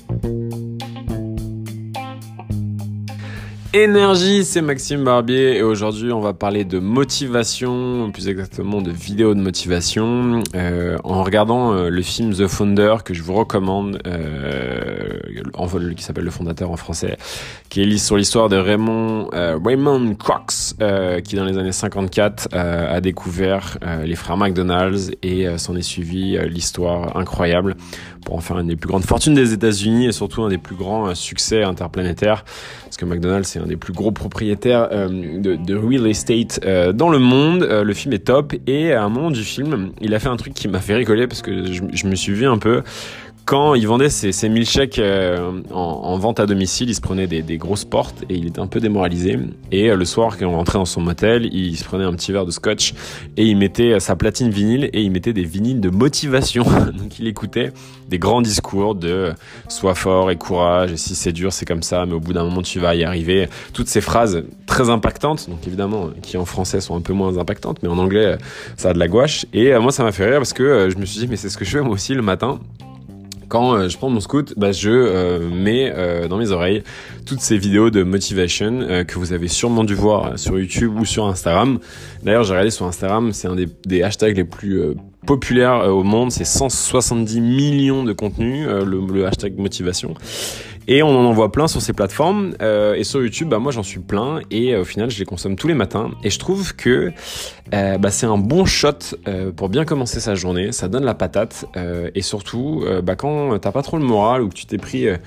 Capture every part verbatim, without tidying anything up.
Énergie, c'est Maxime Barbier et aujourd'hui on va parler de motivation, plus exactement de vidéos de motivation euh, en regardant euh, le film The Founder que je vous recommande, euh, en, qui s'appelle Le Fondateur en français, qui est sur l'histoire de Raymond, euh, Raymond Cox euh, qui dans les années cinquante-quatre euh, a découvert euh, les frères McDonald's et euh, s'en est suivi euh, l'histoire incroyable pour en faire une des plus grandes fortunes des États-Unis et surtout un des plus grands euh, succès interplanétaires, parce que McDonald's c'est un des plus gros propriétaires euh, de, de real estate euh, dans le monde. Euh, le film est top et à un moment du film, il a fait un truc qui m'a fait rigoler parce que je, je me suis vu un peu. Quand il vendait ses, ses milkshakes euh, en, en vente à domicile, il se prenait des, des grosses portes et il était un peu démoralisé. Et euh, le soir, quand on rentrait dans son motel, il se prenait un petit verre de scotch et il mettait sa platine vinyle et il mettait des vinyles de motivation. Donc il écoutait des grands discours de euh, « sois fort et courage, et si c'est dur, c'est comme ça, mais au bout d'un moment, tu vas y arriver ». Toutes ces phrases très impactantes, donc évidemment, qui en français sont un peu moins impactantes, mais en anglais, ça a de la gouache. Et euh, moi, ça m'a fait rire parce que euh, je me suis dit « mais c'est ce que je fais moi aussi le matin ». Quand euh, je prends mon scoot, bah, je euh, mets euh, dans mes oreilles toutes ces vidéos de motivation euh, que vous avez sûrement dû voir sur YouTube ou sur Instagram. D'ailleurs, j'ai regardé sur Instagram, c'est un des, des hashtags les plus euh, populaires euh, au monde. C'est cent soixante-dix millions de contenus, euh, le, le hashtag motivation. Et on en envoie plein sur ces plateformes. Euh, et sur YouTube, bah, moi, j'en suis plein. Et euh, au final, je les consomme tous les matins. Et je trouve que euh, bah, c'est un bon shot euh, pour bien commencer sa journée. Ça donne la patate. Euh, et surtout, euh, bah, quand t'as pas trop le moral ou que tu t'es pris euh,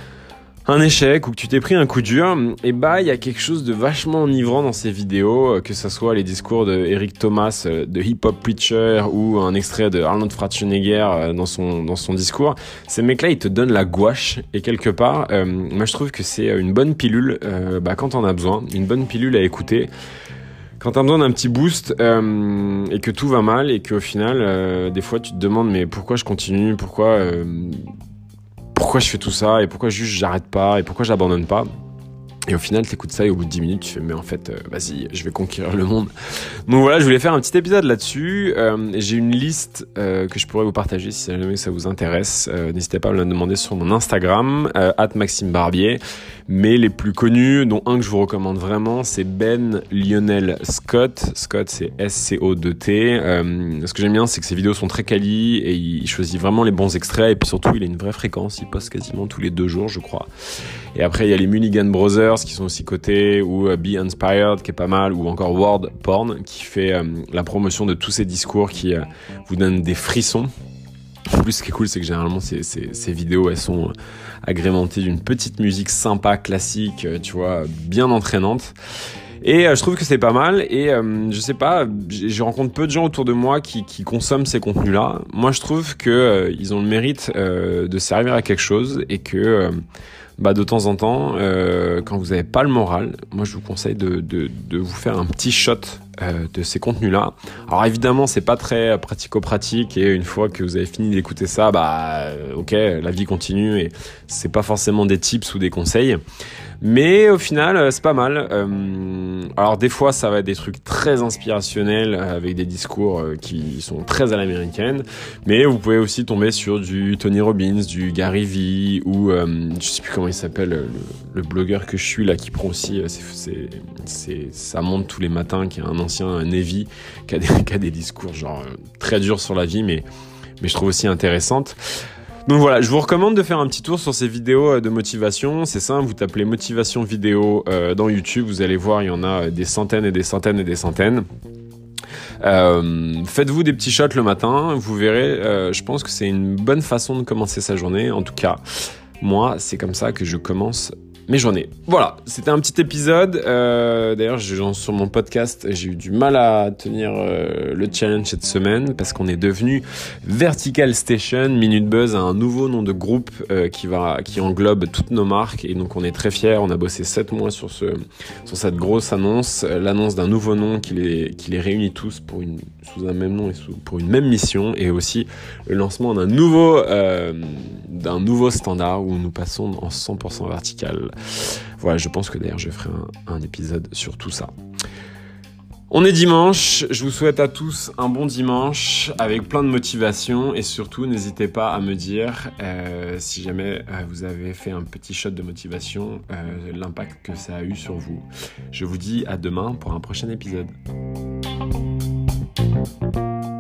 un échec ou que tu t'es pris un coup dur, et bah il y a quelque chose de vachement enivrant dans ces vidéos, que ce soit les discours de Eric Thomas, de Hip Hop Preacher, ou un extrait de Arnold Schwarzenegger dans son dans son discours. Ces mecs-là, ils te donnent la gouache et quelque part, euh, moi je trouve que c'est une bonne pilule euh, bah, quand t'en as besoin, une bonne pilule à écouter. Quand t'as besoin d'un petit boost euh, et que tout va mal et qu'au final, euh, des fois tu te demandes mais pourquoi je continue, pourquoi euh, pourquoi je fais tout ça et pourquoi juste j'arrête pas et pourquoi j'abandonne pas. Et au final, t'écoutes ça et au bout de dix minutes, tu fais, mais en fait, euh, vas-y, je vais conquérir le monde. Donc voilà, je voulais faire un petit épisode là-dessus. Euh, j'ai une liste euh, que je pourrais vous partager si jamais ça vous intéresse. Euh, n'hésitez pas à me la demander sur mon Instagram, euh, arobase Maxime Barbier. Mais les plus connus, dont un que je vous recommande vraiment, c'est Ben Lionel Scott. Scott, c'est S C O deux T. Euh, ce que j'aime bien, c'est que ses vidéos sont très quali et il choisit vraiment les bons extraits. Et puis surtout, il a une vraie fréquence. Il poste quasiment tous les deux jours, je crois. Et après, il y a les Mulligan Brothers qui sont aussi cotés, ou euh, Be Inspired qui est pas mal, ou encore Word Porn qui fait euh, la promotion de tous ces discours qui euh, vous donnent des frissons. En plus, ce qui est cool, c'est que généralement, ces, ces, ces vidéos, elles sont agrémentées d'une petite musique sympa, classique, tu vois, bien entraînante. Et euh, je trouve que c'est pas mal. Et euh, je sais pas, je rencontre peu de gens autour de moi qui, qui consomment ces contenus-là. Moi, je trouve que euh, ils ont le mérite euh, de servir à quelque chose et que euh, bah, de temps en temps, euh, quand vous n'avez pas le moral, moi, je vous conseille de, de, de vous faire un petit shot euh, de ces contenus-là. Alors évidemment, c'est pas très pratico-pratique et une fois que vous avez fini d'écouter ça, bah ok, la vie continue et c'est pas forcément des tips ou des conseils. Mais au final, c'est pas mal. Euh, alors des fois, ça va être des trucs très inspirationnels avec des discours qui sont très à l'américaine. Mais vous pouvez aussi tomber sur du Tony Robbins, du Gary Vee ou euh, je sais plus comment il s'appelle, le, le blogueur que je suis là qui prend aussi, c'est, c'est, c'est, ça monte tous les matins, qui est un ancien Navy, qui a des, qui a des discours genre très durs sur la vie, mais mais je trouve aussi intéressante. Donc voilà, je vous recommande de faire un petit tour sur ces vidéos de motivation. C'est simple, vous tapez motivation vidéo euh, dans YouTube, vous allez voir, il y en a des centaines et des centaines et des centaines. Euh, faites-vous des petits shots le matin, vous verrez, euh, je pense que c'est une bonne façon de commencer sa journée. En tout cas, moi, c'est comme ça que je commence mes journées. Voilà, c'était un petit épisode. Euh, d'ailleurs, j'ai, sur mon podcast, j'ai eu du mal à tenir euh, le challenge cette semaine parce qu'on est devenu Vertical Station. Minute Buzz a un nouveau nom de groupe euh, qui va, qui englobe toutes nos marques et donc on est très fiers. On a bossé sept mois sur ce, sur cette grosse annonce, euh, l'annonce d'un nouveau nom qui les, qui les réunit tous pour une, sous un même nom et sous, pour une même mission, et aussi le lancement d'un nouveau, euh, d'un nouveau standard où nous passons en cent pour cent vertical. Voilà, je pense que d'ailleurs je ferai un, un épisode sur tout ça. On est dimanche, je vous souhaite à tous un bon dimanche avec plein de motivation et surtout n'hésitez pas à me dire euh, si jamais euh, vous avez fait un petit shot de motivation, euh, l'impact que ça a eu sur vous. Je vous dis à demain pour un prochain épisode.